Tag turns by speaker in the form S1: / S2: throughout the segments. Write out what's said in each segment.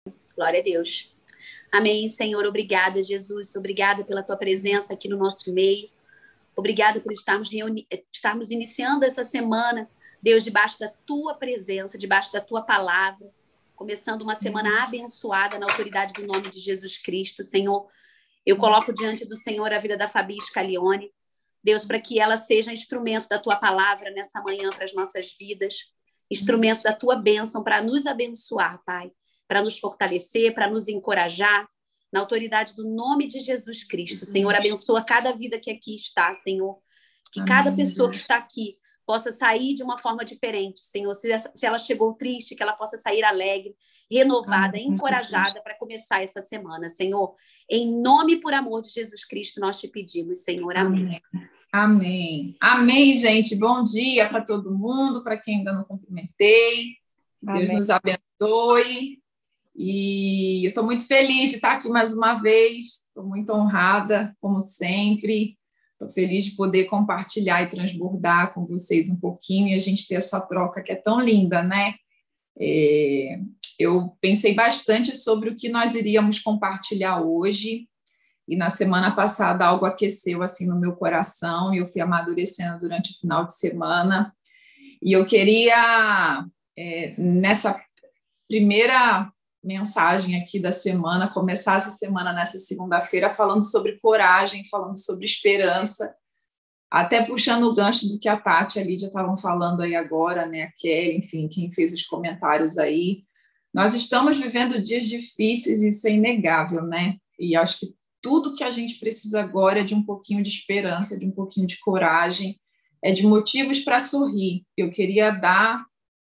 S1: Glória a Deus. Amém, Senhor. Obrigada, Jesus. Obrigada pela tua presença aqui no nosso meio. Obrigada por estarmos iniciando essa semana, Deus, debaixo da tua presença, debaixo da tua palavra, começando uma semana abençoada na autoridade do nome de Jesus Cristo, Senhor. Eu coloco diante do Senhor a vida da Fabi Scalione, Deus, para que ela seja instrumento da tua palavra nessa manhã para as nossas vidas, instrumento da tua bênção para nos abençoar, Pai, para nos fortalecer, para nos encorajar, na autoridade do nome de Jesus Cristo. Senhor, abençoa cada vida que aqui está, Senhor. Que Amém, cada pessoa que está aqui possa sair de uma forma diferente, Senhor. Se ela chegou triste, que ela possa sair alegre, renovada, Amém, encorajada para começar essa semana, Senhor. Em nome e por amor de Jesus Cristo, nós te pedimos, Senhor. Amém.
S2: Amém. Amém, gente. Bom dia para todo mundo, para quem ainda não cumprimentei. Deus nos abençoe. E eu estou muito feliz de estar aqui mais uma vez, estou muito honrada, como sempre, estou feliz de poder compartilhar e transbordar com vocês um pouquinho e a gente ter essa troca que é tão linda, né? Eu pensei bastante sobre o que nós iríamos compartilhar hoje e na semana passada algo aqueceu assim no meu coração e eu fui amadurecendo durante o final de semana e eu queria, nessa primeira mensagem aqui da semana, começar essa semana nessa segunda-feira falando sobre coragem, falando sobre esperança, até puxando o gancho do que a Tati e a Lídia estavam falando aí agora, né, a Kelly, enfim, quem fez os comentários aí. Nós estamos vivendo dias difíceis, isso é inegável, né, e acho que tudo que a gente precisa agora é de um pouquinho de esperança, de um pouquinho de coragem, é de motivos para sorrir. Eu queria dar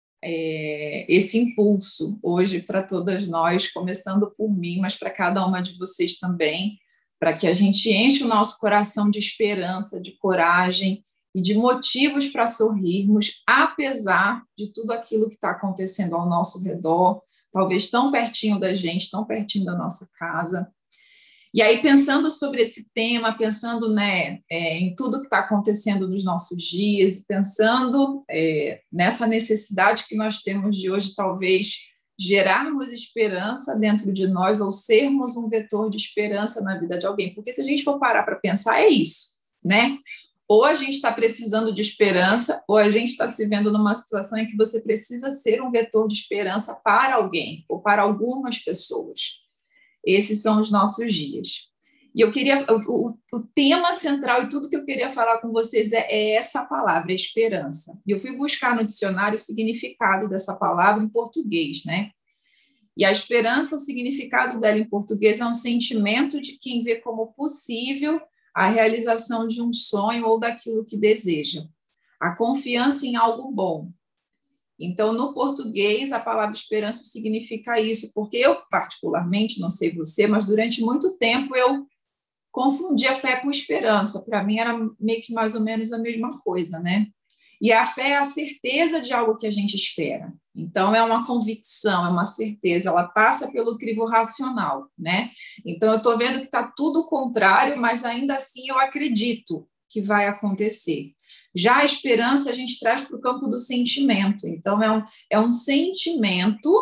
S2: esse impulso hoje para todas nós, começando por mim, mas para cada uma de vocês também, para que a gente enche o nosso coração de esperança, de coragem e de motivos para sorrirmos, apesar de tudo aquilo que está acontecendo ao nosso redor, talvez tão pertinho da gente, tão pertinho da nossa casa. E aí, pensando sobre esse tema, pensando, né, em tudo que está acontecendo nos nossos dias, pensando nessa necessidade que nós temos de hoje, talvez, gerarmos esperança dentro de nós ou sermos um vetor de esperança na vida de alguém. Porque se a gente for parar para pensar, é isso, né? Ou a gente está precisando de esperança, ou a gente está se vendo numa situação em que você precisa ser um vetor de esperança para alguém, ou para algumas pessoas. Esses são os nossos dias. E eu queria, o tema central e tudo que eu queria falar com vocês é essa palavra, esperança. E eu fui buscar no dicionário o significado dessa palavra em português, né? E a esperança, o significado dela em português é um sentimento de quem vê como possível a realização de um sonho ou daquilo que deseja. A confiança em algo bom. Então, no português, a palavra esperança significa isso, porque eu, particularmente, não sei você, mas durante muito tempo eu confundi a fé com esperança. Para mim, era meio que mais ou menos a mesma coisa, né? E a fé é a certeza de algo que a gente espera. Então, é uma convicção, é uma certeza, ela passa pelo crivo racional, né? Então, eu estou vendo que está tudo o contrário, mas ainda assim eu acredito que vai acontecer. Já a esperança a gente traz para o campo do sentimento. Então, é um sentimento,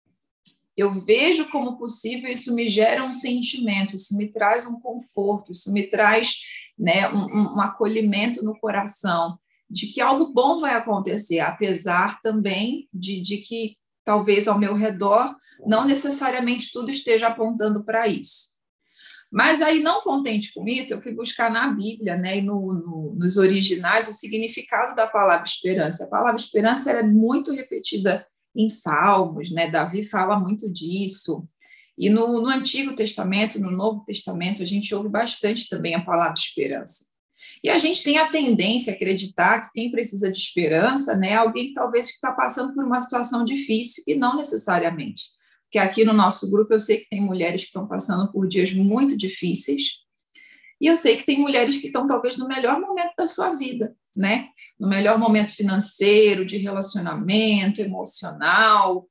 S2: eu vejo como possível, isso me gera um sentimento, isso me traz um conforto, isso me traz, né, um acolhimento no coração, de que algo bom vai acontecer, apesar também de que talvez ao meu redor não necessariamente tudo esteja apontando para isso. Mas aí, não contente com isso, eu fui buscar na Bíblia, né, e nos originais, o significado da palavra esperança. A palavra esperança é muito repetida em Salmos, né? Davi fala muito disso. E no Antigo Testamento, no Novo Testamento, a gente ouve bastante também a palavra esperança. E a gente tem a tendência a acreditar que quem precisa de esperança, né, é alguém que talvez está passando por uma situação difícil, e não necessariamente. Porque aqui no nosso grupo eu sei que tem mulheres que estão passando por dias muito difíceis, e eu sei que tem mulheres que estão talvez no melhor momento da sua vida, né? No melhor momento financeiro, de relacionamento, emocional,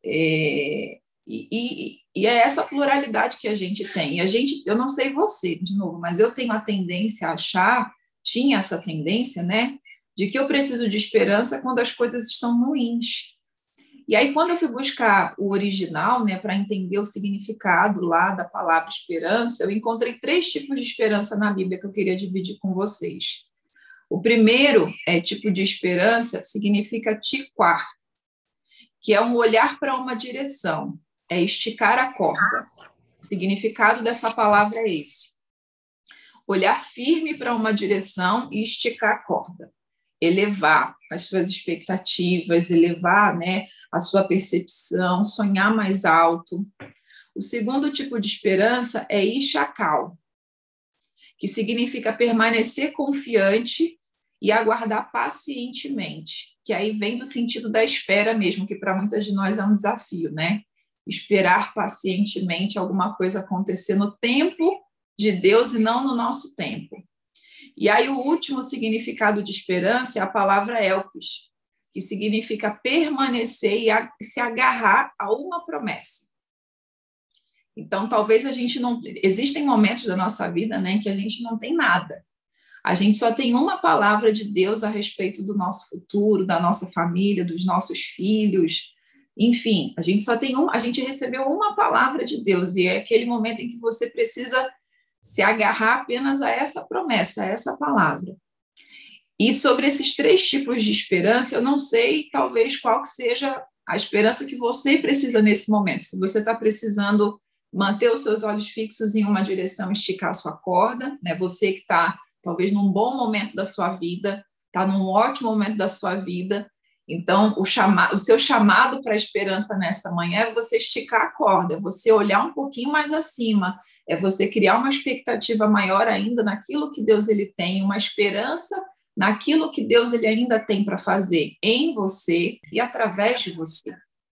S2: e é essa pluralidade que a gente tem. E eu não sei você, de novo, mas eu tenho a tendência a achar, tinha essa tendência, né? De que eu preciso de esperança quando as coisas estão ruins. E aí, quando eu fui buscar o original, né, para entender o significado lá da palavra esperança, eu encontrei 3 tipos de esperança na Bíblia que eu queria dividir com vocês. O primeiro tipo de esperança significa tiquar, que é um olhar para uma direção, é esticar a corda. O significado dessa palavra é esse: olhar firme para uma direção e esticar a corda, elevar as suas expectativas, elevar, né, a sua percepção, sonhar mais alto. O segundo tipo de esperança é ishacal, que significa permanecer confiante e aguardar pacientemente, que aí vem do sentido da espera mesmo, que para muitas de nós é um desafio, né? Esperar pacientemente alguma coisa acontecer no tempo de Deus e não no nosso tempo. E aí o último significado de esperança é a palavra elpis, que significa permanecer e se agarrar a uma promessa. Então, talvez a gente não... Existem momentos da nossa vida, né, em que a gente não tem nada. A gente só tem uma palavra de Deus a respeito do nosso futuro, da nossa família, dos nossos filhos. Enfim, a gente recebeu uma palavra de Deus e é aquele momento em que você precisa se agarrar apenas a essa promessa, a essa palavra. E sobre esses 3 tipos de esperança, eu não sei, talvez, qual que seja a esperança que você precisa nesse momento. Se você está precisando manter os seus olhos fixos em uma direção, esticar a sua corda, né? Você que está, talvez, num bom momento da sua vida, está num ótimo momento da sua vida. Então, o seu chamado para a esperança nessa manhã é você esticar a corda, é você olhar um pouquinho mais acima, é você criar uma expectativa maior ainda naquilo que Deus ele tem, uma esperança naquilo que Deus ele ainda tem para fazer em você e através de você.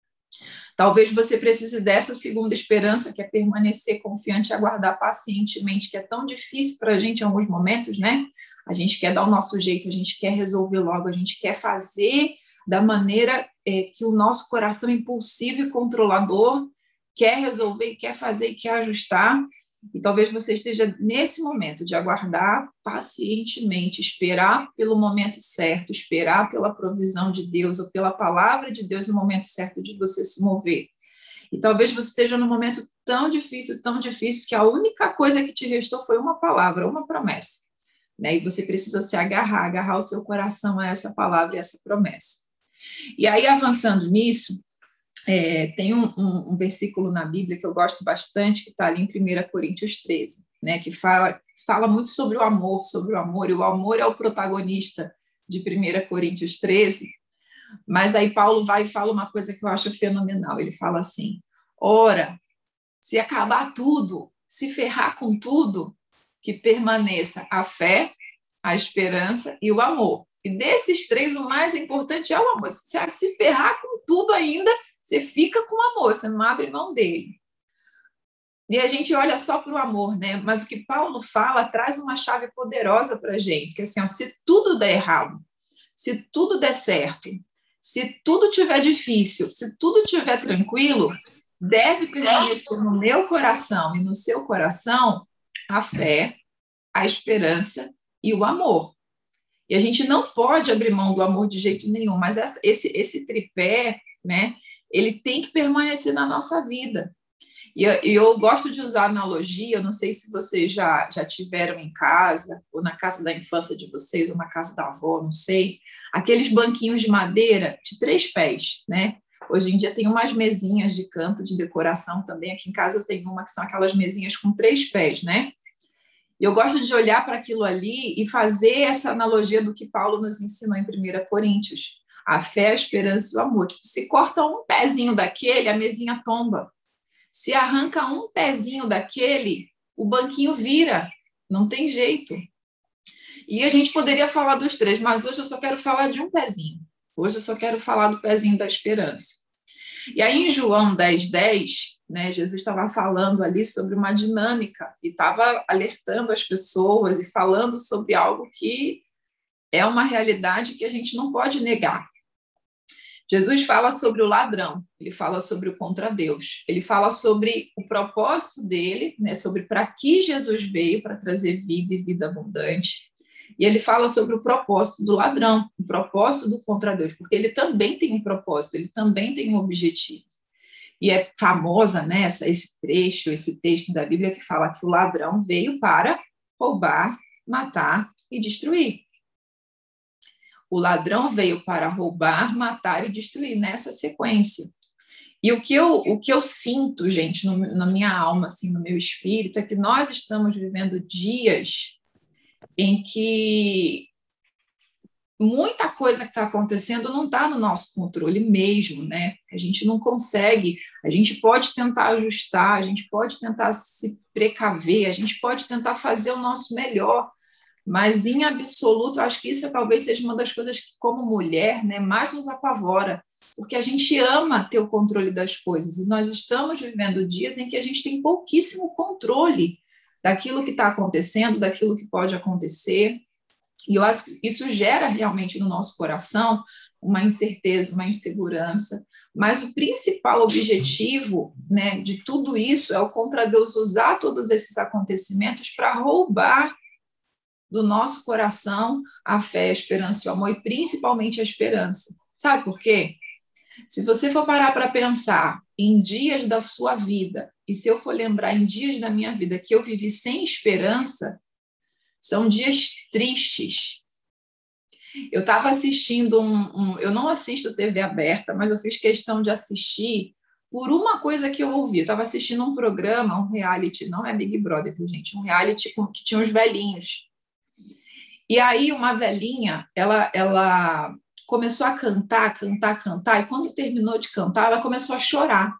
S2: Talvez você precise dessa segunda esperança, que é permanecer confiante e aguardar pacientemente, que é tão difícil para a gente em alguns momentos, né? A gente quer dar o nosso jeito, a gente quer resolver logo, a gente quer fazer da maneira que o nosso coração impulsivo e controlador quer resolver, quer fazer e quer ajustar. E talvez você esteja nesse momento de aguardar pacientemente, esperar pelo momento certo, esperar pela provisão de Deus ou pela palavra de Deus no momento certo de você se mover. E talvez você esteja num momento tão difícil, que a única coisa que te restou foi uma palavra, uma promessa. Né? E você precisa se agarrar o seu coração a essa palavra e essa promessa. E aí, avançando nisso, tem um versículo na Bíblia que eu gosto bastante, que está ali em 1 Coríntios 13, né, que fala muito sobre o amor, e o amor é o protagonista de 1 Coríntios 13, mas aí Paulo vai e fala uma coisa que eu acho fenomenal, ele fala assim: ora, se acabar tudo, se ferrar com tudo, que permaneça a fé, a esperança e o amor. E desses 3, o mais importante é o amor. Se ferrar com tudo ainda, você fica com o amor, você não abre mão dele. E a gente olha só para o amor, né? Mas o que Paulo fala traz uma chave poderosa para a gente, que é assim, ó, se tudo der errado, se tudo der certo, se tudo estiver difícil, se tudo estiver tranquilo, deve permanecer no meu coração e no seu coração a fé, a esperança e o amor. E a gente não pode abrir mão do amor de jeito nenhum, mas esse tripé, né, ele tem que permanecer na nossa vida. E eu gosto de usar analogia, eu não sei se vocês já tiveram em casa, ou na casa da infância de vocês, ou na casa da avó, não sei, aqueles banquinhos de madeira de 3 pés, né? Hoje em dia tem umas mesinhas de canto, de decoração também. Aqui em casa eu tenho uma que são aquelas mesinhas com 3 pés, né? E eu gosto de olhar para aquilo ali e fazer essa analogia do que Paulo nos ensinou em 1 Coríntios. A fé, a esperança e o amor. Tipo, se corta um pezinho daquele, a mesinha tomba. Se arranca um pezinho daquele, o banquinho vira. Não tem jeito. E a gente poderia falar dos 3, mas hoje eu só quero falar de um pezinho. Hoje eu só quero falar do pezinho da esperança. E aí, em João 10:10, né, Jesus estava falando ali sobre uma dinâmica e estava alertando as pessoas e falando sobre algo que é uma realidade que a gente não pode negar. Jesus fala sobre o ladrão, ele fala sobre o contra Deus, ele fala sobre o propósito dele, né, sobre para que Jesus veio, para trazer vida e vida abundante. E ele fala sobre o propósito do ladrão, o propósito do contra Deus, porque ele também tem um propósito, ele também tem um objetivo. E é famosa, né, esse trecho, esse texto da Bíblia que fala que o ladrão veio para roubar, matar e destruir. O ladrão veio para roubar, matar e destruir, nessa sequência. E o que eu sinto, gente, na minha alma, assim, no meu espírito, é que nós estamos vivendo dias em que muita coisa que está acontecendo não está no nosso controle mesmo, né? A gente não consegue, a gente pode tentar ajustar, a gente pode tentar se precaver, a gente pode tentar fazer o nosso melhor, mas em absoluto, acho que isso talvez seja uma das coisas que, como mulher, né, mais nos apavora, porque a gente ama ter o controle das coisas, e nós estamos vivendo dias em que a gente tem pouquíssimo controle daquilo que está acontecendo, daquilo que pode acontecer. E eu acho que isso gera realmente no nosso coração uma incerteza, uma insegurança. Mas o principal objetivo, né, de tudo isso é o contra Deus usar todos esses acontecimentos para roubar do nosso coração a fé, a esperança e o amor, e principalmente a esperança. Sabe por quê? Se você for parar para pensar em dias da sua vida, e se eu for lembrar em dias da minha vida que eu vivi sem esperança, são dias tristes. Eu estava assistindo eu não assisto TV aberta, mas eu fiz questão de assistir por uma coisa que eu ouvi. Eu estava assistindo um programa, um reality, não é Big Brother, viu, gente? Um reality que tinha uns velhinhos. E aí uma velhinha, ela começou a cantar, e quando terminou de cantar, ela começou a chorar.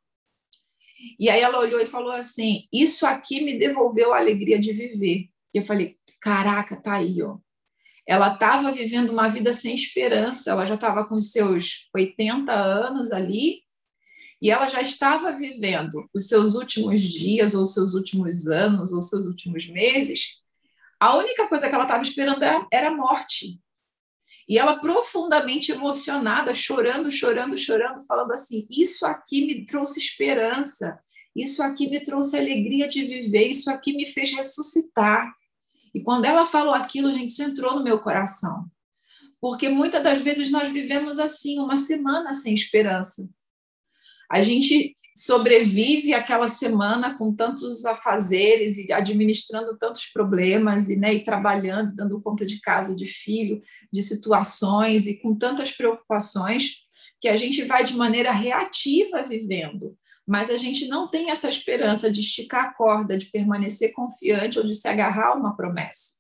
S2: E aí ela olhou e falou assim: isso aqui me devolveu a alegria de viver. E eu falei: caraca, tá aí, ó. Ela estava vivendo uma vida sem esperança, ela já estava com seus 80 anos ali, e ela já estava vivendo os seus últimos dias, ou seus últimos anos, ou seus últimos meses. A única coisa que ela estava esperando era a morte. E ela profundamente emocionada, chorando, falando assim: isso aqui me trouxe esperança, isso aqui me trouxe alegria de viver, isso aqui me fez ressuscitar. E quando ela falou aquilo, gente, isso entrou no meu coração. Porque muitas das vezes nós vivemos assim, uma semana sem esperança. A gente sobrevive aquela semana com tantos afazeres e administrando tantos problemas e trabalhando, dando conta de casa, de filho, de situações e com tantas preocupações que a gente vai de maneira reativa vivendo. Mas a gente não tem essa esperança de esticar a corda, de permanecer confiante ou de se agarrar a uma promessa.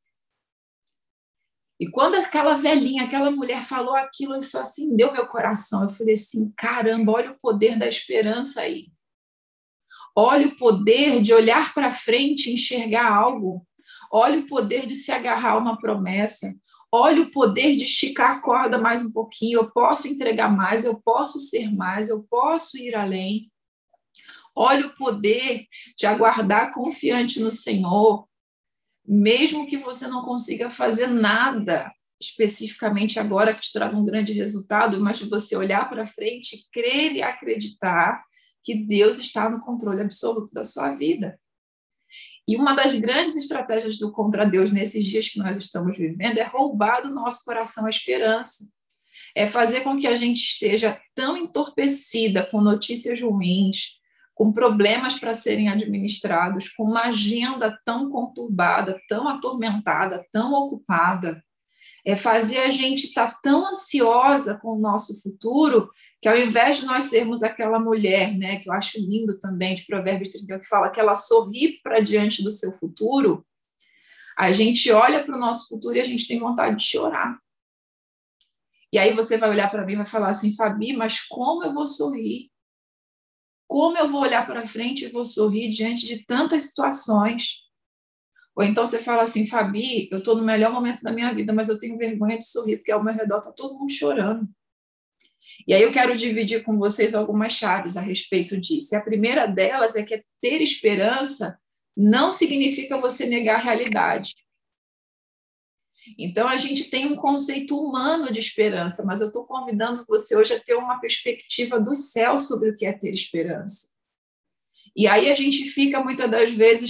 S2: E quando aquela velhinha, aquela mulher falou aquilo, isso acendeu meu coração. Eu falei assim: caramba, olha o poder da esperança aí. Olha o poder de olhar para frente e enxergar algo. Olha o poder de se agarrar a uma promessa. Olha o poder de esticar a corda mais um pouquinho. Eu posso entregar mais, eu posso ser mais, eu posso ir além. Olha o poder de aguardar confiante no Senhor, mesmo que você não consiga fazer nada especificamente agora que te traga um grande resultado, mas de você olhar para frente, crer e acreditar que Deus está no controle absoluto da sua vida. E uma das grandes estratégias do contra Deus nesses dias que nós estamos vivendo é roubar do nosso coração a esperança. É fazer com que a gente esteja tão entorpecida com notícias ruins, com problemas para serem administrados, com uma agenda tão conturbada, tão atormentada, tão ocupada. É fazer a gente estar tão ansiosa com o nosso futuro que, ao invés de nós sermos aquela mulher, né, que eu acho lindo também, de Provérbios 31, que fala que ela sorri para diante do seu futuro, a gente olha para o nosso futuro e a gente tem vontade de chorar. E aí você vai olhar para mim e vai falar assim: Fabi, mas como eu vou sorrir? Como eu vou olhar para frente e vou sorrir diante de tantas situações? Ou então você fala assim: Fabi, eu estou no melhor momento da minha vida, mas eu tenho vergonha de sorrir, porque ao meu redor está todo mundo chorando. E aí eu quero dividir com vocês algumas chaves a respeito disso. E a primeira delas é que ter esperança não significa você negar a realidade. Então, a gente tem um conceito humano de esperança, mas eu estou convidando você hoje a ter uma perspectiva do céu sobre o que é ter esperança. E aí a gente fica, muitas das vezes,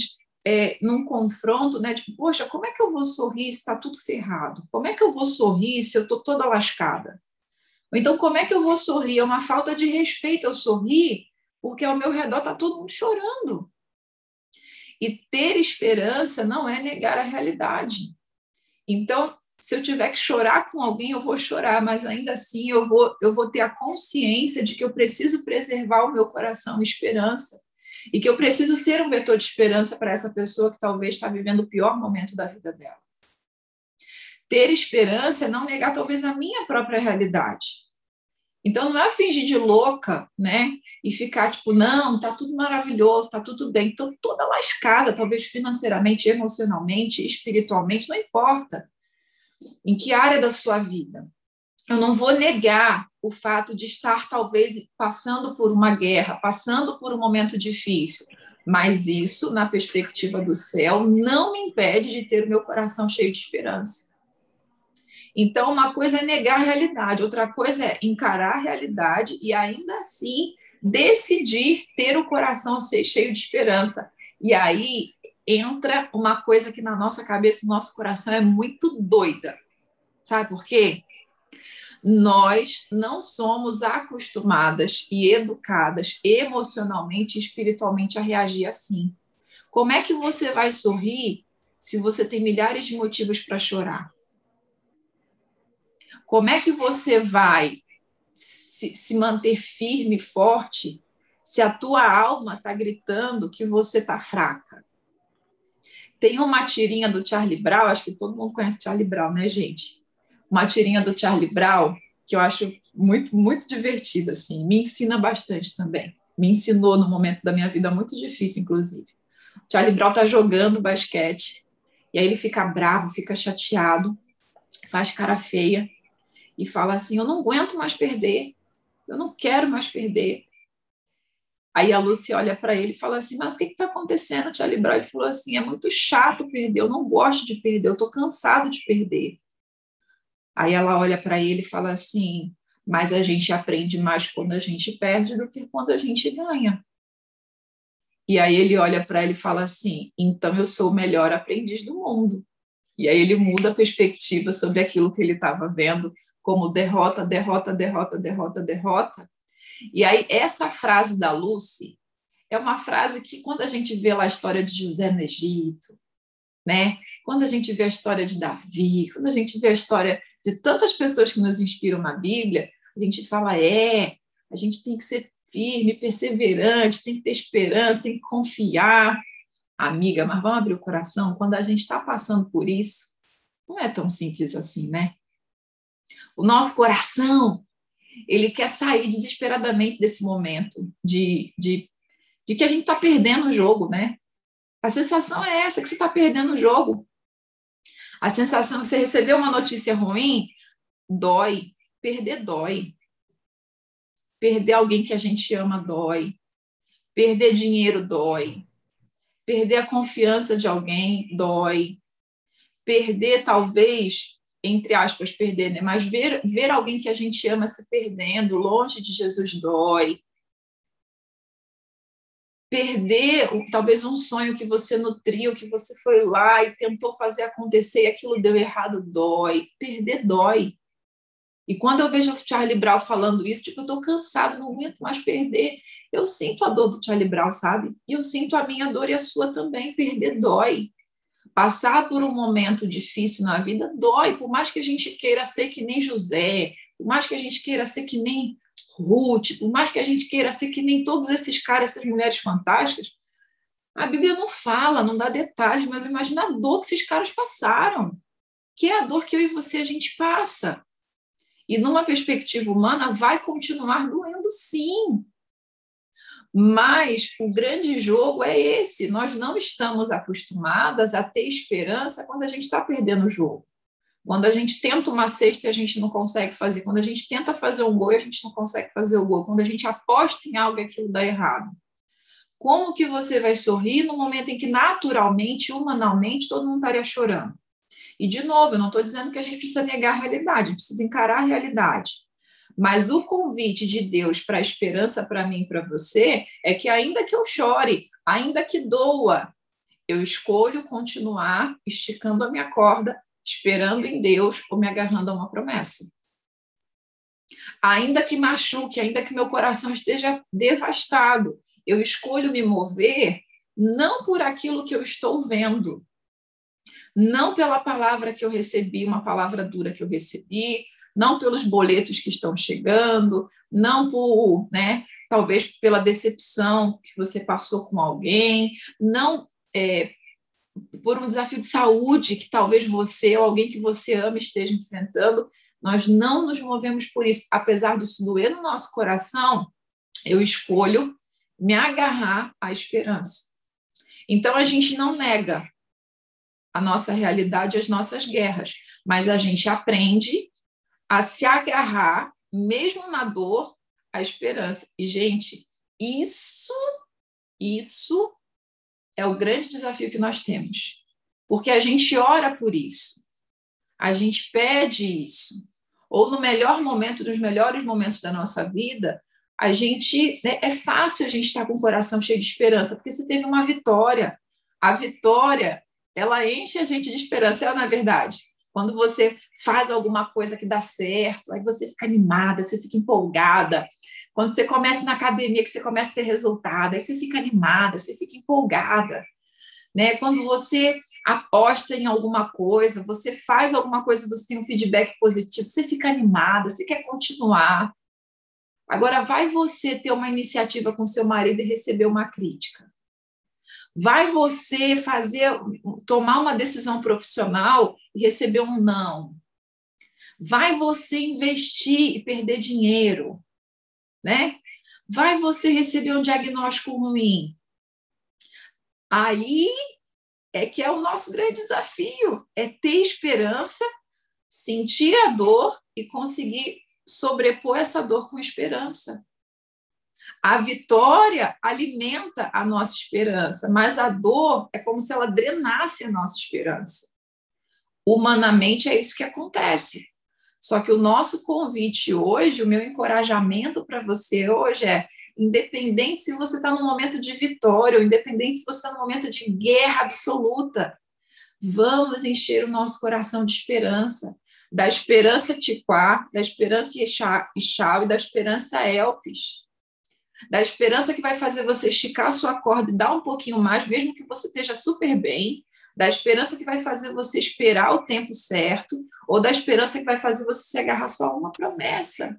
S2: num confronto, né? Tipo, poxa, como é que eu vou sorrir se está tudo ferrado? Como é que eu vou sorrir se eu estou toda lascada? Ou então, como é que eu vou sorrir? É uma falta de respeito eu sorrir, porque ao meu redor está todo mundo chorando. E ter esperança não é negar a realidade. Então, se eu tiver que chorar com alguém, eu vou chorar, mas ainda assim eu vou ter a consciência de que eu preciso preservar o meu coração e esperança, e que eu preciso ser um vetor de esperança para essa pessoa que talvez está vivendo o pior momento da vida dela. Ter esperança é não negar talvez a minha própria realidade. Então, não é fingir de louca, né? E ficar tipo, não, tá tudo maravilhoso, tá tudo bem. Estou toda lascada, talvez financeiramente, emocionalmente, espiritualmente, não importa em que área da sua vida. Eu não vou negar o fato de estar talvez passando por uma guerra, passando por um momento difícil, mas isso, na perspectiva do céu, não me impede de ter o meu coração cheio de esperança. Então, uma coisa é negar a realidade, outra coisa é encarar a realidade e ainda assim decidir ter o coração cheio de esperança. E aí entra uma coisa que na nossa cabeça, no nosso coração é muito doida. Sabe por quê? Nós não somos acostumadas e educadas emocionalmente e espiritualmente a reagir assim. Como é que você vai sorrir se você tem milhares de motivos para chorar? Como é que você vai se manter firme e forte se a tua alma está gritando que você está fraca? Tem uma tirinha do Charlie Brown, acho que todo mundo conhece Charlie Brown, né, gente? Uma tirinha do Charlie Brown que eu acho muito, muito divertida, assim, me ensina bastante também. Me ensinou no momento da minha vida muito difícil, inclusive. O Charlie Brown está jogando basquete e aí ele fica bravo, fica chateado, faz cara feia e fala assim: eu não aguento mais perder, eu não quero mais perder. Aí a Lucy olha para ele e fala assim: mas o que está acontecendo, Charlie Brown? Ele falou assim: é muito chato perder, eu não gosto de perder, eu estou cansado de perder. Aí ela olha para ele e fala assim: mas a gente aprende mais quando a gente perde do que quando a gente ganha. E aí ele olha para ela e fala assim: então eu sou o melhor aprendiz do mundo. E aí ele muda a perspectiva sobre aquilo que ele estava vendo como derrota, derrota, derrota, derrota, derrota. E aí essa frase da Lucy é uma frase que, quando a gente vê lá a história de José no Egito, né? Quando a gente vê a história de Davi, quando a gente vê a história de tantas pessoas que nos inspiram na Bíblia, a gente fala, a gente tem que ser firme, perseverante, tem que ter esperança, tem que confiar. Amiga, mas vamos abrir o coração, quando a gente está passando por isso, não é tão simples assim, né? O nosso coração, ele quer sair desesperadamente desse momento de que a gente está perdendo o jogo, né? A sensação é essa, que você está perdendo o jogo. A sensação que você recebeu uma notícia ruim, dói. Perder dói. Perder alguém que a gente ama dói. Perder dinheiro dói. Perder a confiança de alguém dói. Perder, talvez, entre aspas, perder, né? Mas ver alguém que a gente ama se perdendo, longe de Jesus, dói. Perder, talvez, um sonho que você nutriu, que você foi lá e tentou fazer acontecer e aquilo deu errado, dói. Perder dói. E quando eu vejo o Charlie Brown falando isso, tipo, eu estou cansado, não aguento mais perder. Eu sinto a dor do Charlie Brown, sabe? E eu sinto a minha dor e a sua também. Perder dói. Passar por um momento difícil na vida dói. Por mais que a gente queira ser que nem José, por mais que a gente queira ser que nem Ruth, por mais que a gente queira ser que nem todos esses caras, essas mulheres fantásticas, a Bíblia não fala, não dá detalhes, mas imagina a dor que esses caras passaram, que é a dor que eu e você a gente passa. E numa perspectiva humana vai continuar doendo, sim. Mas o grande jogo é esse. Nós não estamos acostumadas a ter esperança quando a gente está perdendo o jogo. Quando a gente tenta uma cesta e a gente não consegue fazer. Quando a gente tenta fazer um gol e a gente não consegue fazer o gol. Quando a gente aposta em algo e aquilo dá errado. Como que você vai sorrir no momento em que naturalmente, humanamente, todo mundo estaria chorando? E, de novo, eu não estou dizendo que a gente precisa negar a realidade, a gente precisa encarar a realidade. Mas o convite de Deus para a esperança para mim e para você é que, ainda que eu chore, ainda que doa, Eu escolho continuar esticando a minha corda, esperando em Deus ou me agarrando a uma promessa. Ainda que machuque, ainda que meu coração esteja devastado, eu escolho me mover não por aquilo que eu estou vendo, não pela palavra que eu recebi, uma palavra dura que eu recebi, não pelos boletos que estão chegando, não por, talvez pela decepção que você passou com alguém, não por um desafio de saúde que talvez você ou alguém que você ama esteja enfrentando. Nós não nos movemos por isso. Apesar disso doer no nosso coração, eu escolho me agarrar à esperança. Então, a gente não nega a nossa realidade, as nossas guerras, mas a gente aprende a se agarrar, mesmo na dor, à esperança. E, gente, isso é o grande desafio que nós temos. Porque a gente ora por isso. A gente pede isso. Ou no melhor momento, nos melhores momentos da nossa vida, a gente é fácil a gente estar com o coração cheio de esperança, porque você teve uma vitória. A vitória, ela enche a gente de esperança, não é verdade? Quando você faz alguma coisa que dá certo, aí você fica animada, você fica empolgada. Quando você começa na academia, que você começa a ter resultado, aí você fica animada, você fica empolgada. Quando você aposta em alguma coisa, você faz alguma coisa, você tem um feedback positivo, você fica animada, você quer continuar. Agora, vai você ter uma iniciativa com seu marido e receber uma crítica. Vai você tomar uma decisão profissional e receber um não. Vai você investir e perder dinheiro, Vai você receber um diagnóstico ruim. Aí é que é o nosso grande desafio, é ter esperança, sentir a dor e conseguir sobrepor essa dor com esperança. A vitória alimenta a nossa esperança, mas a dor é como se ela drenasse a nossa esperança. Humanamente é isso que acontece. Só que o nosso convite hoje, o meu encorajamento para você hoje é: independente se você está num momento de vitória, ou independente se você está num momento de guerra absoluta, vamos encher o nosso coração de esperança, da esperança Tiquá, da esperança Ixau e da esperança Elpis, da esperança que vai fazer você esticar a sua corda e dar um pouquinho mais, mesmo que você esteja super bem, da esperança que vai fazer você esperar o tempo certo, ou da esperança que vai fazer você se agarrar só a uma promessa.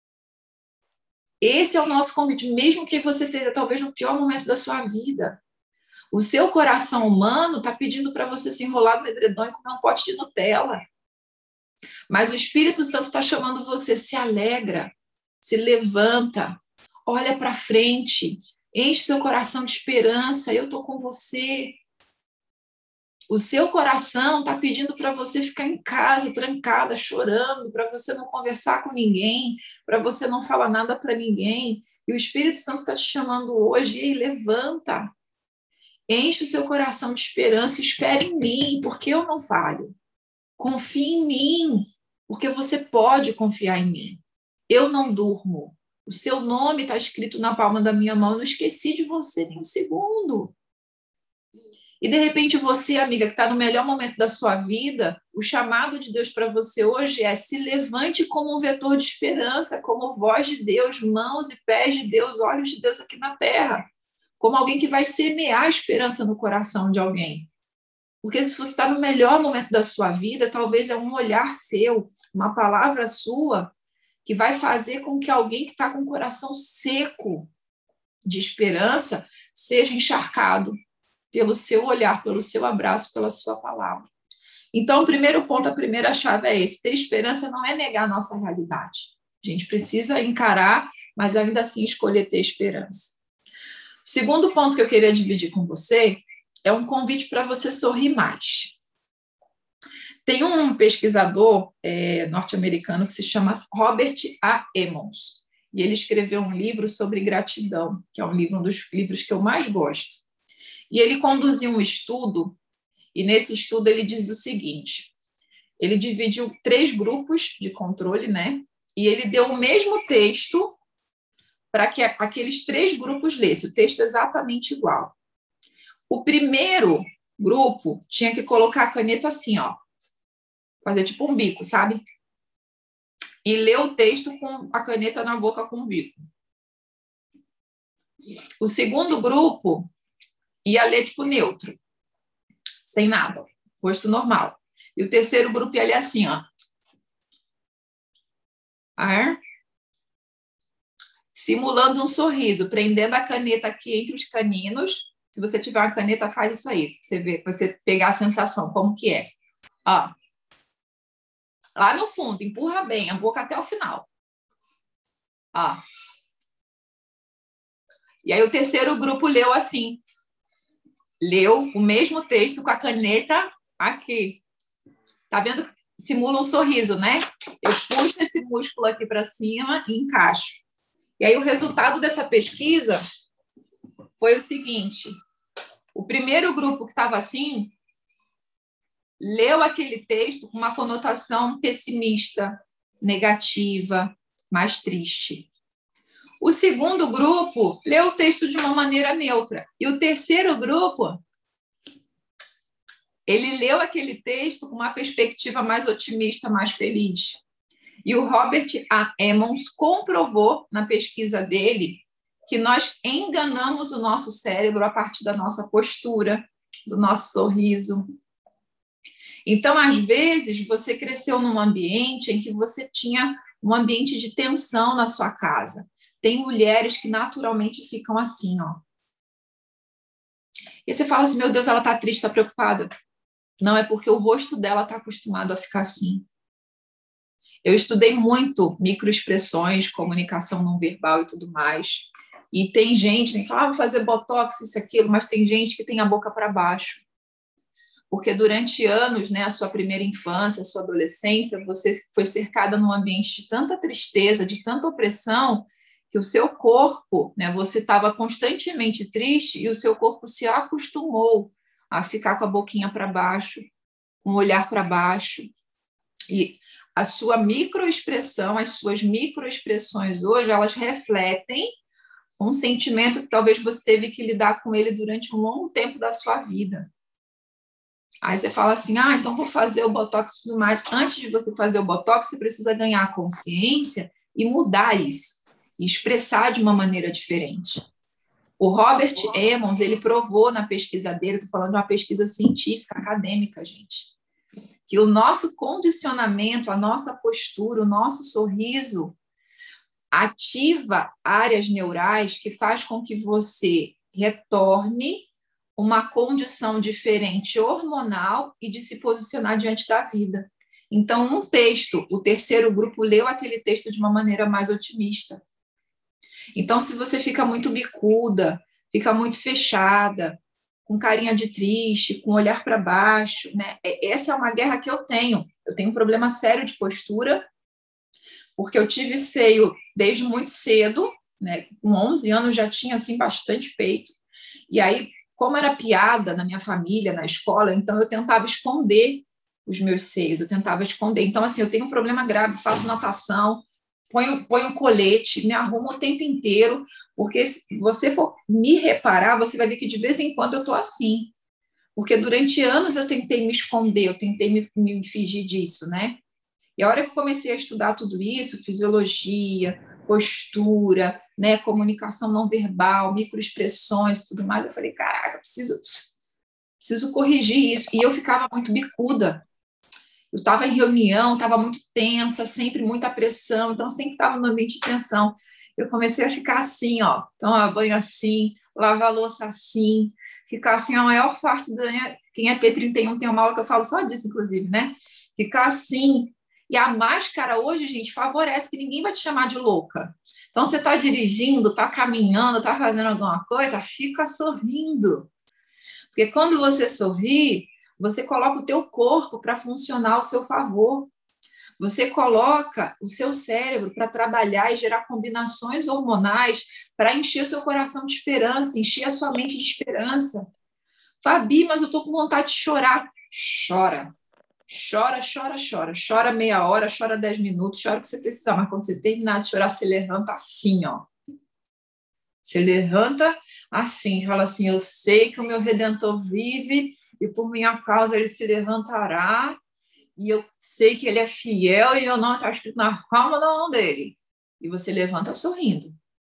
S2: Esse é o nosso convite, mesmo que você esteja talvez no pior momento da sua vida. O seu coração humano está pedindo para você se enrolar no edredom e comer um pote de Nutella. Mas o Espírito Santo está chamando você: se alegra, se levanta, olha para frente, enche seu coração de esperança, eu estou com você. O seu coração está pedindo para você ficar em casa, trancada, chorando, para você não conversar com ninguém, para você não falar nada para ninguém. E o Espírito Santo está te chamando hoje: ei, levanta, enche o seu coração de esperança, espere em mim, porque eu não falho. Confie em mim, porque você pode confiar em mim. Eu não durmo. O seu nome está escrito na palma da minha mão, eu não esqueci de você nem um segundo. E, de repente, você, amiga, que está no melhor momento da sua vida, o chamado de Deus para você hoje é: se levante como um vetor de esperança, como voz de Deus, mãos e pés de Deus, olhos de Deus aqui na terra, como alguém que vai semear a esperança no coração de alguém. Porque se você está no melhor momento da sua vida, talvez é um olhar seu, uma palavra sua, que vai fazer com que alguém que está com o coração seco de esperança seja encharcado pelo seu olhar, pelo seu abraço, pela sua palavra. Então, o primeiro ponto, a primeira chave é esse: ter esperança não é negar a nossa realidade. A gente precisa encarar, mas ainda assim escolher ter esperança. O segundo ponto que eu queria dividir com você é um convite para você sorrir mais. Tem um pesquisador norte-americano que se chama Robert A. Emmons, e ele escreveu um livro sobre gratidão, que é um dos livros que eu mais gosto. E ele conduziu um estudo, e nesse estudo ele diz o seguinte: ele dividiu 3 grupos de controle, e ele deu o mesmo texto para que aqueles 3 grupos lessem, o texto exatamente igual. O primeiro grupo tinha que colocar a caneta assim, ó, fazer tipo um bico, sabe? E ler o texto com a caneta na boca com o bico. O segundo grupo ia ler tipo neutro, sem nada, rosto normal. E o terceiro grupo ia ler assim, ó. Simulando um sorriso, prendendo a caneta aqui entre os caninos. Se você tiver uma caneta, faz isso aí, pra você ver, pra você pegar a sensação, como que é. Ó. Lá no fundo, empurra bem a boca até o final. Ó. E aí o terceiro grupo leu assim. Leu o mesmo texto com a caneta aqui. Tá vendo? Simula um sorriso, né? Eu puxo esse músculo aqui para cima e encaixo. E aí o resultado dessa pesquisa foi o seguinte: o primeiro grupo que estava assim leu aquele texto com uma conotação pessimista, negativa, mais triste. O segundo grupo leu o texto de uma maneira neutra. E o terceiro grupo, ele leu aquele texto com uma perspectiva mais otimista, mais feliz. E o Robert A. Emmons comprovou na pesquisa dele que nós enganamos o nosso cérebro a partir da nossa postura, do nosso sorriso. Então, às vezes, você cresceu num ambiente em que você tinha um ambiente de tensão na sua casa. Tem mulheres que naturalmente ficam assim, ó. E você fala assim, meu Deus, ela tá triste, tá preocupada. Não, é porque o rosto dela tá acostumado a ficar assim. Eu estudei muito microexpressões, comunicação não verbal e tudo mais. E tem gente que fala, vou fazer botox, isso, aquilo, mas tem gente que tem a boca para baixo. Porque durante anos, né, a sua primeira infância, a sua adolescência, você foi cercada num ambiente de tanta tristeza, de tanta opressão, que o seu corpo, né, você estava constantemente triste e o seu corpo se acostumou a ficar com a boquinha para baixo, com o olhar para baixo. E a sua microexpressão, as suas microexpressões hoje, elas refletem um sentimento que talvez você teve que lidar com ele durante um longo tempo da sua vida. Aí você fala assim, então vou fazer o botox e tudo mais. Antes de você fazer o botox, você precisa ganhar consciência e mudar isso, e expressar de uma maneira diferente. O Robert Emmons, ele provou na pesquisa dele, estou falando de uma pesquisa científica, acadêmica, gente, que o nosso condicionamento, a nossa postura, o nosso sorriso ativa áreas neurais que faz com que você retorne uma condição diferente hormonal e de se posicionar diante da vida. Então, um texto, o terceiro grupo leu aquele texto de uma maneira mais otimista. Então, se você fica muito bicuda, fica muito fechada, com carinha de triste, com olhar para baixo, né? Essa é uma guerra que eu tenho. Eu tenho um problema sério de postura, porque eu tive seio desde muito cedo, né? Com 11 anos já tinha assim bastante peito. E aí, como era piada na minha família, na escola, então eu tentava esconder os meus seios, eu tentava esconder. Então, assim, eu tenho um problema grave, faço natação, ponho um colete, me arrumo o tempo inteiro, porque se você for me reparar, você vai ver que de vez em quando eu estou assim. Porque durante anos eu tentei me esconder, eu tentei me fingir disso, né? E a hora que eu comecei a estudar tudo isso, fisiologia, postura, né, comunicação não verbal, microexpressões e tudo mais, eu falei, caraca, preciso corrigir isso. E eu ficava muito bicuda. Eu estava em reunião, estava muito tensa, sempre muita pressão, então sempre estava no ambiente de tensão. Eu comecei a ficar assim, ó, tomar banho assim, lavar a louça assim, ficar assim a maior parte da minha... Quem é P31 tem uma aula que eu falo só disso, inclusive, né? Ficar assim. E a máscara hoje, gente, favorece que ninguém vai te chamar de louca. Então, você está dirigindo, está caminhando, está fazendo alguma coisa, fica sorrindo. Porque quando você sorri, você coloca o teu corpo para funcionar ao seu favor. Você coloca o seu cérebro para trabalhar e gerar combinações hormonais para encher o seu coração de esperança, encher a sua mente de esperança. Fabi, mas eu estou com vontade de chorar. Chora. Chora, chora, chora. Chora meia hora, chora 10 minutos, chora o que você precisar. Mas quando você terminar de chorar, você levanta assim, ó. Você levanta assim, fala assim, eu sei que o meu Redentor vive e por minha causa ele se levantará e eu sei que ele é fiel e meu nome está escrito na palma da mão dele. E você levanta sorrindo.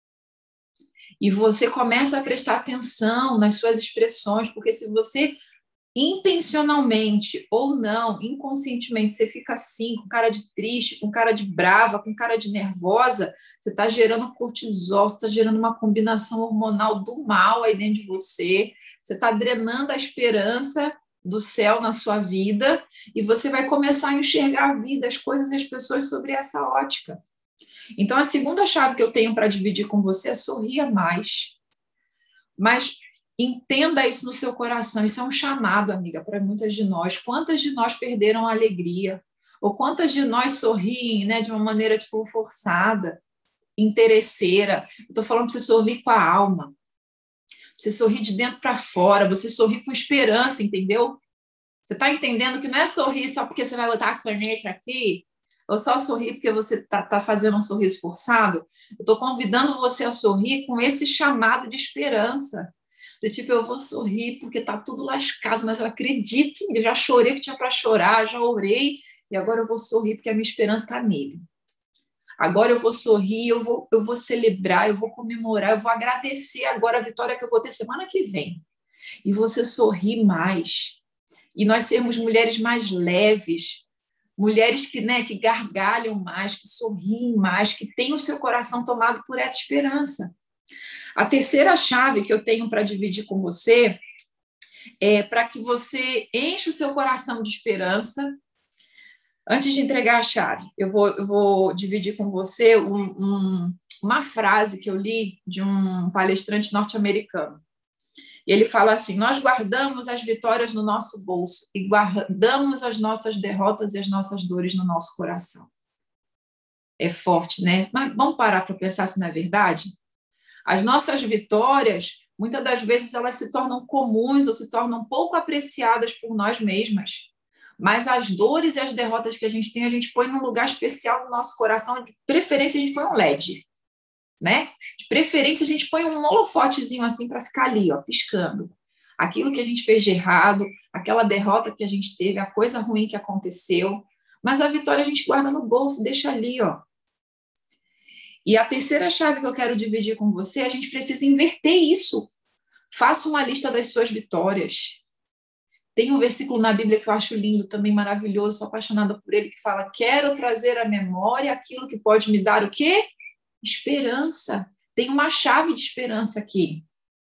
S2: E você começa a prestar atenção nas suas expressões, porque se você intencionalmente ou não, inconscientemente, você fica assim, com cara de triste, com cara de brava, com cara de nervosa, você está gerando cortisol, você está gerando uma combinação hormonal do mal aí dentro de você, você está drenando a esperança do céu na sua vida e você vai começar a enxergar a vida, as coisas e as pessoas sobre essa ótica. Então, a segunda chave que eu tenho para dividir com você é sorria mais. Mas entenda isso no seu coração. Isso é um chamado, amiga, para muitas de nós. Quantas de nós perderam a alegria? Ou quantas de nós sorriem, né, de uma maneira tipo forçada, interesseira? Estou falando para você sorrir com a alma. Você sorrir de dentro para fora. Você sorrir com esperança, entendeu? Você está entendendo que não é sorrir só porque você vai botar a caneta aqui? Ou só sorrir porque você está fazendo um sorriso forçado? Eu estou convidando você a sorrir com esse chamado de esperança. De tipo, eu vou sorrir porque está tudo lascado, mas eu acredito, eu já chorei o que tinha para chorar, já orei, e agora eu vou sorrir porque a minha esperança está nele. Agora eu vou sorrir, eu vou celebrar, eu vou comemorar, eu vou agradecer agora a vitória que eu vou ter semana que vem. E você sorrir mais. E nós sermos mulheres mais leves, mulheres que, né, que gargalham mais, que sorriem mais, que têm o seu coração tomado por essa esperança. A terceira chave que eu tenho para dividir com você é para que você enche o seu coração de esperança. Antes de entregar a chave, eu vou dividir com você uma frase que eu li de um palestrante norte-americano. E ele fala assim: nós guardamos as vitórias no nosso bolso e guardamos as nossas derrotas e as nossas dores no nosso coração. É forte, né? Mas vamos parar para pensar se não é verdade? As nossas vitórias, muitas das vezes, elas se tornam comuns ou se tornam pouco apreciadas por nós mesmas. Mas as dores e as derrotas que a gente põe num lugar especial no nosso coração. De preferência, a gente põe um LED, né? De preferência, a gente põe um holofotezinho assim para ficar ali, ó, piscando. Aquilo que a gente fez de errado, aquela derrota que a gente teve, a coisa ruim que aconteceu. Mas a vitória a gente guarda no bolso, deixa ali, ó. E a terceira chave que eu quero dividir com você, a gente precisa inverter isso. Faça uma lista das suas vitórias. Tem um versículo na Bíblia que eu acho lindo, também maravilhoso, sou apaixonada por ele, que fala: quero trazer à memória aquilo que pode me dar o quê? Esperança. Tem uma chave de esperança aqui.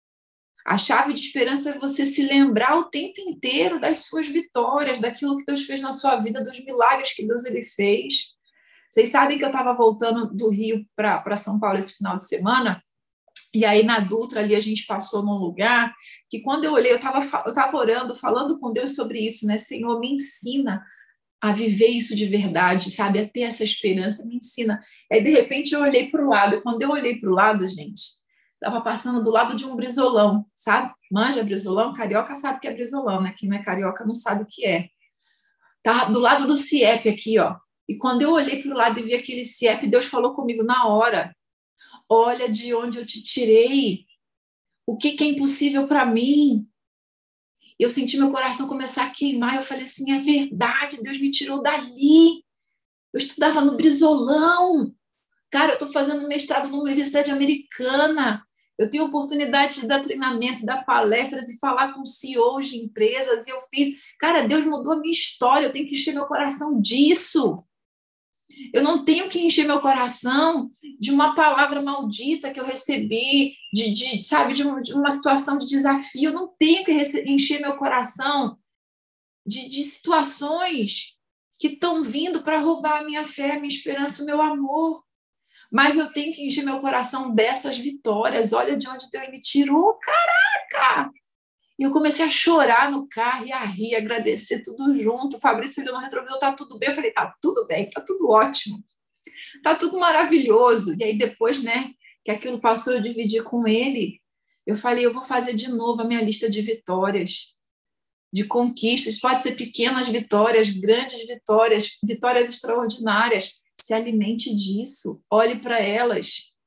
S2: A chave de esperança é você se lembrar o tempo inteiro das suas vitórias, daquilo que Deus fez na sua vida, dos milagres que Deus ele fez. Vocês sabem que eu estava voltando do Rio para São Paulo esse final de semana, e aí na Dutra ali a gente passou num lugar que quando eu olhei, eu estava orando, falando com Deus sobre isso, né? Senhor, me ensina a viver isso de verdade, sabe? A ter essa esperança, me ensina. Aí, de repente, eu olhei para o lado, e quando eu olhei para o lado, gente, estava passando do lado de um brizolão, sabe? Manja brizolão? Carioca sabe que é brizolão, né? Quem não é carioca não sabe o que é. Tá do lado do CIEP aqui, ó. E quando eu olhei para o lado e vi aquele CIEP, Deus falou comigo na hora: olha de onde eu te tirei, o que é impossível para mim. Eu senti meu coração começar a queimar, eu falei assim: é verdade, Deus me tirou dali. Eu estudava no Brizolão. Cara, eu estou fazendo mestrado numa universidade americana. Eu tenho oportunidade de dar treinamento, dar palestras e falar com CEOs de empresas. E eu fiz. Cara, Deus mudou a minha história. Eu tenho que encher meu coração disso. Eu não tenho que encher meu coração de uma palavra maldita que eu recebi, sabe, de uma situação de desafio. Eu não tenho que encher meu coração de situações que estão vindo para roubar a minha fé, a minha esperança, o meu amor. Mas eu tenho que encher meu coração dessas vitórias. Olha de onde Deus me tirou, caraca! E eu comecei a chorar no carro e a rir, agradecer tudo junto. O Fabrício olhou no retrovisor: tá tudo bem? Eu falei: tá tudo bem, tá tudo ótimo, tá tudo maravilhoso. E aí depois, né, que aquilo passou, eu dividi com ele. Eu falei: eu vou fazer de novo a minha lista de vitórias, de conquistas. Pode ser pequenas vitórias, grandes vitórias, vitórias extraordinárias. Se alimente disso, olhe para elas.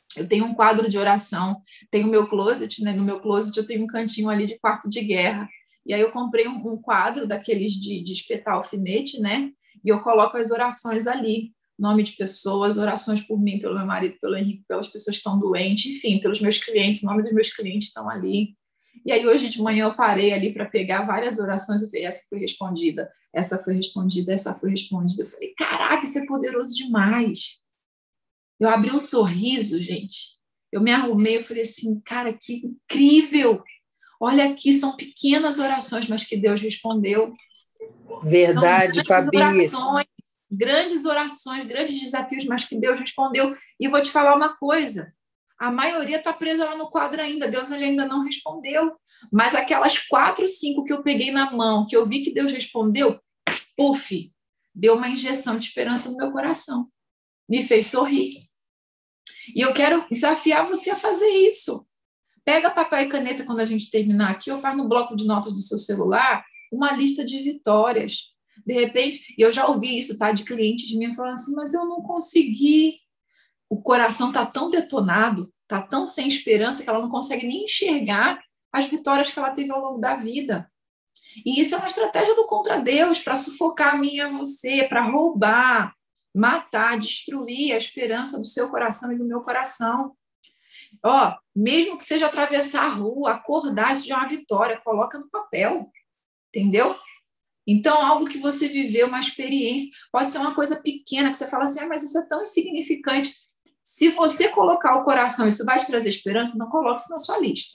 S2: Eu tenho um quadro de oração, tenho o meu closet, né? No meu closet eu tenho um cantinho ali de quarto de guerra. E aí eu comprei um quadro daqueles de espetar alfinete, né? E eu coloco as orações ali. Nome de pessoas, orações por mim, pelo meu marido, pelo Henrique, pelas pessoas que estão doentes, enfim, pelos meus clientes, o nome dos meus clientes estão ali. E aí hoje de manhã eu parei ali para pegar várias orações, eu falei, essa foi respondida, essa foi respondida, essa foi respondida. Eu falei, caraca, isso é poderoso demais. Eu abri um sorriso, gente. Eu me arrumei, eu falei assim, cara, que incrível. Olha aqui, são pequenas orações, mas que Deus respondeu.
S3: Verdade, Fabi.
S2: Grandes orações, grandes desafios, mas que Deus respondeu. E vou te falar uma coisa, a maioria está presa lá no quadro ainda, Deus ele ainda não respondeu. Mas aquelas 4, 5 que eu peguei na mão, que eu vi que Deus respondeu, puf, deu uma injeção de esperança no meu coração. Me fez sorrir. E eu quero desafiar você a fazer isso. Pega papel e caneta quando a gente terminar aqui, ou faz no bloco de notas do seu celular uma lista de vitórias. De repente, e eu já ouvi isso, tá? De clientes de mim falando assim, mas eu não consegui. O coração está tão detonado, está tão sem esperança que ela não consegue nem enxergar as vitórias que ela teve ao longo da vida. E isso é uma estratégia do contra Deus para sufocar a mim e a você, para roubar, matar, destruir a esperança do seu coração e do meu coração. Ó, mesmo que seja atravessar a rua, acordar, isso já é uma vitória, coloca no papel, entendeu? Então, algo que você viveu, uma experiência, pode ser uma coisa pequena, que você fala assim, mas isso é tão insignificante. Se você colocar o coração, isso vai te trazer esperança, não coloque isso na sua lista.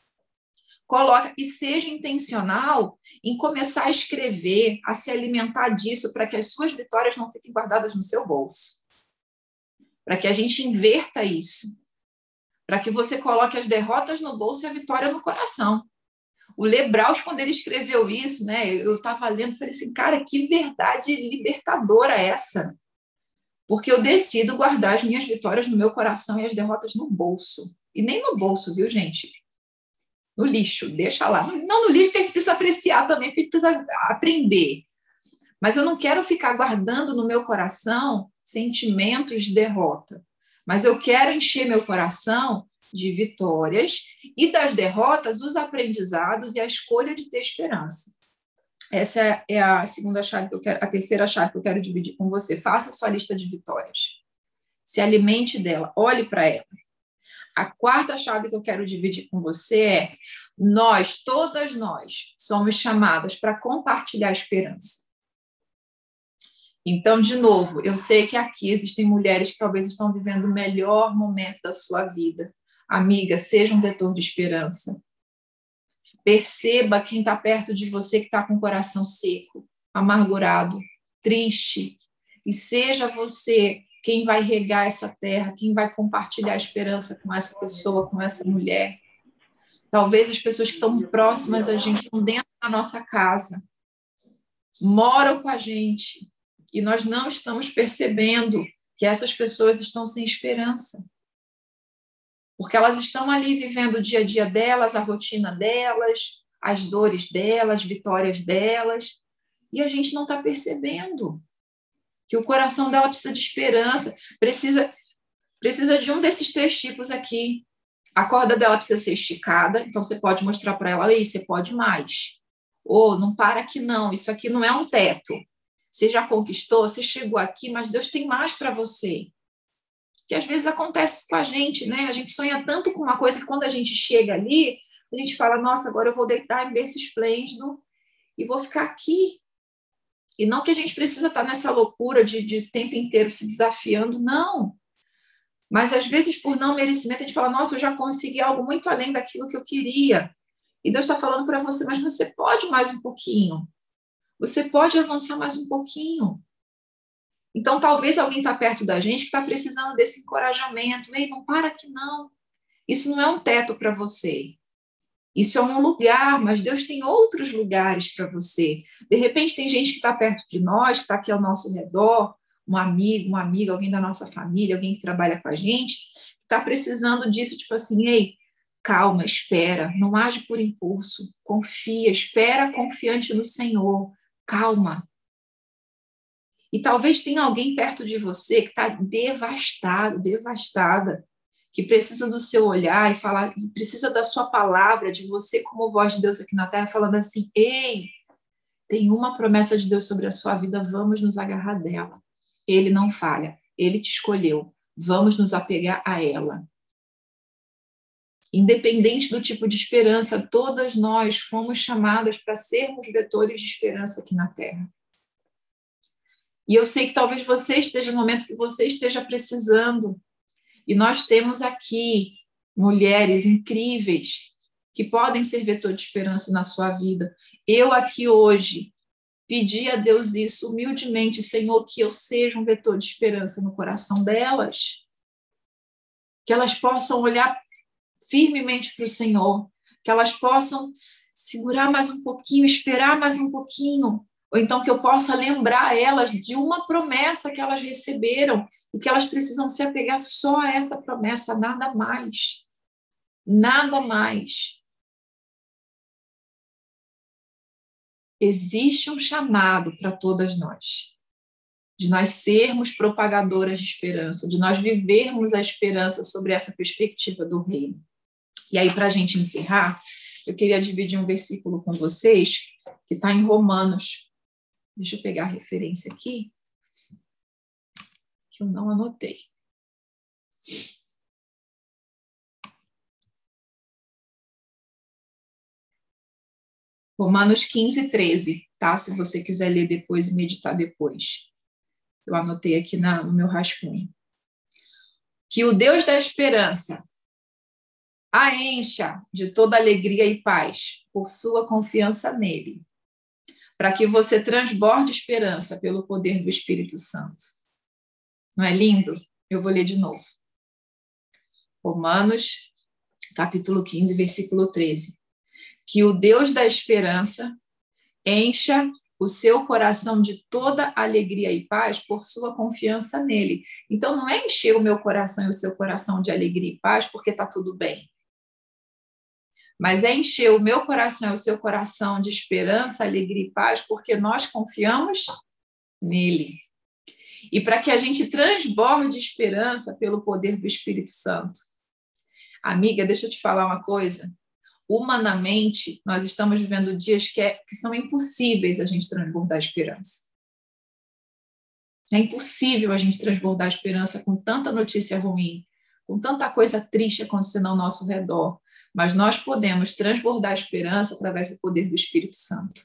S2: Coloca e seja intencional em começar a escrever, a se alimentar disso, para que as suas vitórias não fiquem guardadas no seu bolso. Para que a gente inverta isso. Para que você coloque as derrotas no bolso e a vitória no coração. O Lebraus, quando ele escreveu isso, né, eu estava lendo e falei assim, cara, que verdade libertadora essa. Porque eu decido guardar as minhas vitórias no meu coração e as derrotas no bolso. E nem no bolso, viu, gente? No lixo, deixa lá. Não no lixo, porque a gente precisa apreciar também, porque a gente precisa aprender. Mas eu não quero ficar guardando no meu coração sentimentos de derrota. Mas eu quero encher meu coração de vitórias e das derrotas, os aprendizados e a escolha de ter esperança. Essa é a segunda chave que eu quero, a terceira chave que eu quero dividir com você. Faça a sua lista de vitórias. Se alimente dela, olhe para ela. A quarta chave que eu quero dividir com você é: todas nós, somos chamadas para compartilhar a esperança. Então, de novo, eu sei que aqui existem mulheres que talvez estão vivendo o melhor momento da sua vida. Amiga, seja um vetor de esperança. Perceba quem está perto de você que está com o coração seco, amargurado, triste. E seja você quem vai regar essa terra, quem vai compartilhar a esperança com essa pessoa, com essa mulher. Talvez as pessoas que estão próximas a gente estão dentro da nossa casa, moram com a gente, e nós não estamos percebendo que essas pessoas estão sem esperança. Porque elas estão ali vivendo o dia a dia delas, a rotina delas, as dores delas, as vitórias delas, e a gente não está percebendo que o coração dela precisa de esperança, precisa de um desses 3 tipos aqui. A corda dela precisa ser esticada, então você pode mostrar para ela, ei, você pode mais. Ou não para aqui não, isso aqui não é um teto. Você já conquistou, você chegou aqui, mas Deus tem mais para você. Que às vezes acontece com a gente, né? A gente sonha tanto com uma coisa que quando a gente chega ali, a gente fala, nossa, agora eu vou deitar em berço esplêndido e vou ficar aqui. E não que a gente precisa estar nessa loucura de tempo inteiro se desafiando, não. Mas às vezes, por não merecimento, a gente fala, nossa, eu já consegui algo muito além daquilo que eu queria. E Deus está falando para você, mas você pode mais um pouquinho. Você pode avançar mais um pouquinho. Então, talvez alguém está perto da gente que está precisando desse encorajamento. Ei, não para aqui, não. Isso não é um teto para você. Isso é um lugar, mas Deus tem outros lugares para você. De repente, tem gente que está perto de nós, que está aqui ao nosso redor, um amigo, uma amiga, alguém da nossa família, alguém que trabalha com a gente, que está precisando disso, tipo assim, ei, calma, espera, não age por impulso, confia, espera confiante no Senhor, calma. E talvez tenha alguém perto de você que está devastado, devastada, que precisa do seu olhar e falar, precisa da sua palavra, de você como voz de Deus aqui na terra, falando assim: ei, tem uma promessa de Deus sobre a sua vida, vamos nos agarrar dela. Ele não falha, ele te escolheu, vamos nos apegar a ela. Independente do tipo de esperança, todas nós fomos chamadas para sermos vetores de esperança aqui na terra. E eu sei que talvez você esteja no momento que você esteja precisando. E nós temos aqui mulheres incríveis que podem ser vetor de esperança na sua vida. Eu aqui hoje pedi a Deus isso humildemente: Senhor, que eu seja um vetor de esperança no coração delas. Que elas possam olhar firmemente para o Senhor. Que elas possam segurar mais um pouquinho, esperar mais um pouquinho. Ou então que eu possa lembrar elas de uma promessa que elas receberam e que elas precisam se apegar só a essa promessa, nada mais. Nada mais. Existe um chamado para todas nós, de nós sermos propagadoras de esperança, de nós vivermos a esperança sobre essa perspectiva do reino. E aí, para a gente encerrar, eu queria dividir um versículo com vocês, que está em Romanos. Deixa eu pegar a referência aqui, que eu não anotei. Romanos 15, 13, tá? Se você quiser ler depois e meditar depois. Eu anotei aqui no meu rascunho. Que o Deus da esperança a encha de toda alegria e paz por sua confiança nele, para que você transborde esperança pelo poder do Espírito Santo. Não é lindo? Eu vou ler de novo. Romanos, capítulo 15, versículo 13. Que o Deus da esperança encha o seu coração de toda alegria e paz por sua confiança nele. Então, não é encher o meu coração e o seu coração de alegria e paz porque está tudo bem. Mas é encher o meu coração e o seu coração de esperança, alegria e paz porque nós confiamos nele. E para que a gente transborde esperança pelo poder do Espírito Santo. Amiga, deixa eu te falar uma coisa. Humanamente, nós estamos vivendo dias que são impossíveis a gente transbordar esperança. É impossível a gente transbordar esperança com tanta notícia ruim, com tanta coisa triste acontecendo ao nosso redor. Mas nós podemos transbordar esperança através do poder do Espírito Santo.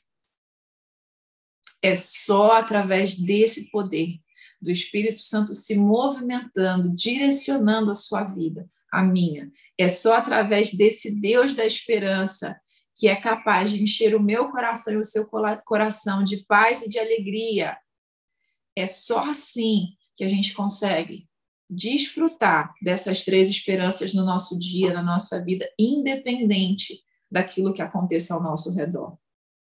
S2: É só através desse poder, do Espírito Santo se movimentando, direcionando a sua vida, a minha. É só através desse Deus da esperança que é capaz de encher o meu coração e o seu coração de paz e de alegria. É só assim que a gente consegue desfrutar dessas três esperanças no nosso dia, na nossa vida, independente daquilo que aconteça ao nosso redor.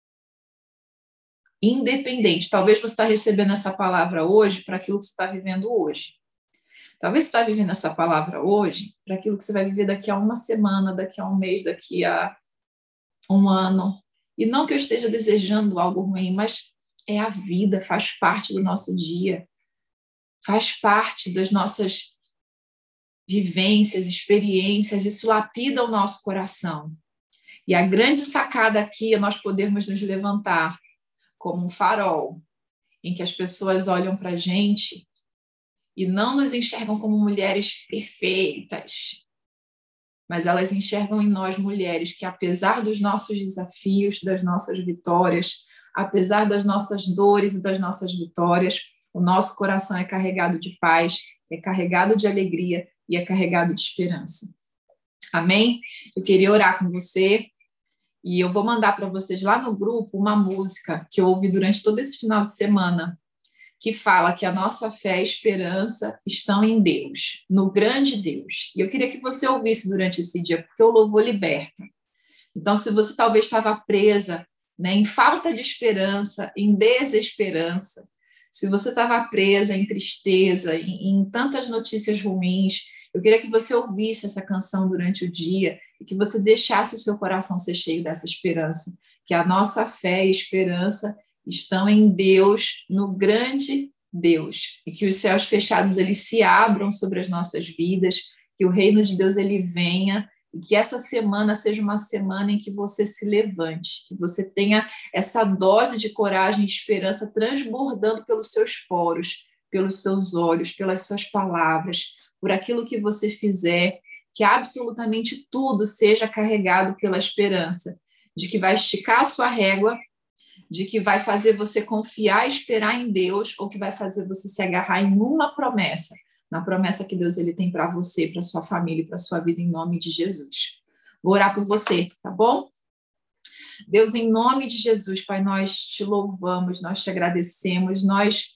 S2: Independente. Talvez você está recebendo essa palavra hoje para aquilo que você está vivendo hoje. Talvez você está vivendo essa palavra hoje para aquilo que você vai viver daqui a uma semana, daqui a um mês, daqui a um ano. E não que eu esteja desejando algo ruim, mas é a vida, faz parte do nosso dia. Faz parte das nossas vivências, experiências, isso lapida o nosso coração. E a grande sacada aqui é nós podermos nos levantar como um farol, em que as pessoas olham para a gente e não nos enxergam como mulheres perfeitas, mas elas enxergam em nós mulheres que, apesar dos nossos desafios, das nossas vitórias, apesar das nossas dores e das nossas vitórias, o nosso coração é carregado de paz, é carregado de alegria e é carregado de esperança. Amém? Eu queria orar com você e eu vou mandar para vocês lá no grupo uma música que eu ouvi durante todo esse final de semana, que fala que a nossa fé e a esperança estão em Deus, no grande Deus. E eu queria que você ouvisse durante esse dia, porque o louvor liberta. Então, se você talvez estava presa, né, em falta de esperança, em desesperança, se você estava presa em tristeza, em tantas notícias ruins, eu queria que você ouvisse essa canção durante o dia e que você deixasse o seu coração ser cheio dessa esperança, que a nossa fé e esperança estão em Deus, no grande Deus, e que os céus fechados eles se abram sobre as nossas vidas que o reino de Deus ele venha, e que essa semana seja uma semana em que você se levante, que você tenha essa dose de coragem e esperança transbordando pelos seus poros, pelos seus olhos, pelas suas palavras, por aquilo que você fizer, que absolutamente tudo seja carregado pela esperança, de que vai esticar a sua régua, de que vai fazer você confiar e esperar em Deus, ou que vai fazer você se agarrar em uma promessa, na promessa que Deus ele tem para você, para sua família, para sua vida, em nome de Jesus. Vou orar por você, tá bom? Deus, em nome de Jesus, Pai, nós te louvamos, nós te agradecemos, nós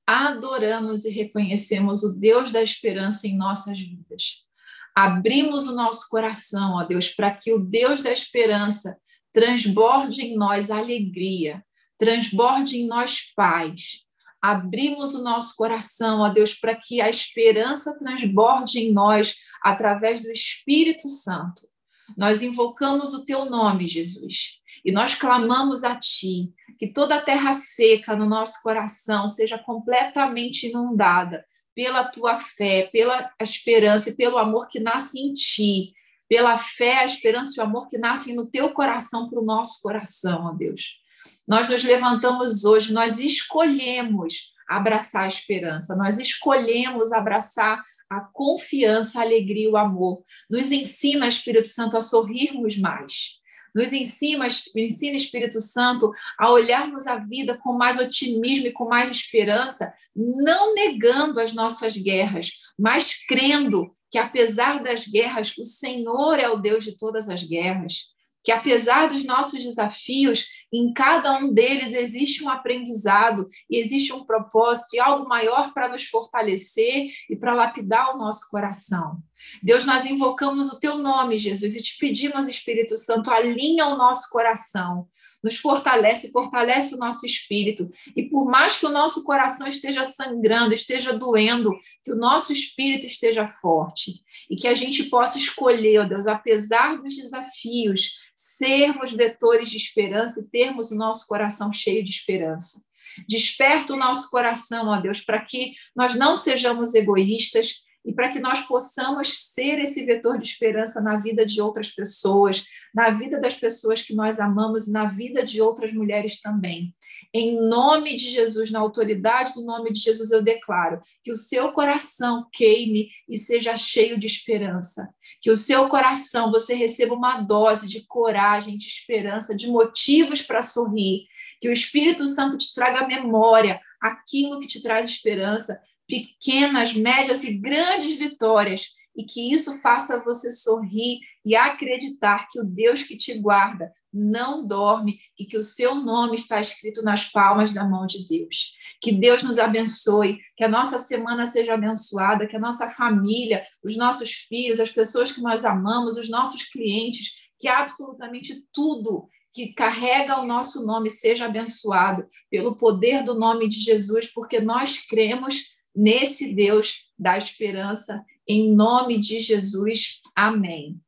S2: adoramos e reconhecemos o Deus da esperança em nossas vidas. Abrimos o nosso coração, ó Deus, para que o Deus da esperança transborde em nós alegria, transborde em nós paz. Abrimos o nosso coração, ó Deus, para que a esperança transborde em nós através do Espírito Santo. Nós invocamos o teu nome, Jesus, e nós clamamos a ti, que toda a terra seca no nosso coração seja completamente inundada pela tua fé, pela esperança e pelo amor que nasce em ti, pela fé, a esperança e o amor que nascem no teu coração para o nosso coração, ó Deus. Nós nos levantamos hoje, nós escolhemos abraçar a esperança, nós escolhemos abraçar a confiança, a alegria e o amor. Nos ensina, Espírito Santo, a sorrirmos mais. Nos ensina, Espírito Santo, a olharmos a vida com mais otimismo e com mais esperança, não negando as nossas guerras, mas crendo que, apesar das guerras, o Senhor é o Deus de todas as guerras, que, apesar dos nossos desafios, em cada um deles existe um aprendizado e existe um propósito e algo maior para nos fortalecer e para lapidar o nosso coração. Deus, nós invocamos o teu nome, Jesus, e te pedimos, Espírito Santo, alinha o nosso coração, nos fortalece, fortalece o nosso espírito, e por mais que o nosso coração esteja sangrando, esteja doendo, que o nosso espírito esteja forte, e que a gente possa escolher, ó Deus, apesar dos desafios, sermos vetores de esperança e termos o nosso coração cheio de esperança. Desperta o nosso coração, ó Deus, para que nós não sejamos egoístas, e para que nós possamos ser esse vetor de esperança na vida de outras pessoas, na vida das pessoas que nós amamos e na vida de outras mulheres também. Em nome de Jesus, na autoridade do nome de Jesus, eu declaro que o seu coração queime e seja cheio de esperança. Que o seu coração, você receba uma dose de coragem, de esperança, de motivos para sorrir. Que o Espírito Santo te traga à memória aquilo que te traz esperança, pequenas, médias e grandes vitórias, e que isso faça você sorrir e acreditar que o Deus que te guarda não dorme e que o seu nome está escrito nas palmas da mão de Deus. Que Deus nos abençoe, que a nossa semana seja abençoada, que a nossa família, os nossos filhos, as pessoas que nós amamos, os nossos clientes, que absolutamente tudo que carrega o nosso nome seja abençoado pelo poder do nome de Jesus, porque nós cremos nesse Deus da esperança, em nome de Jesus. Amém.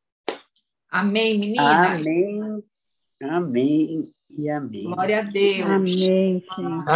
S2: Amém, meninas?
S3: Amém, amém e amém.
S2: Glória a Deus.
S4: Amém, Senhor.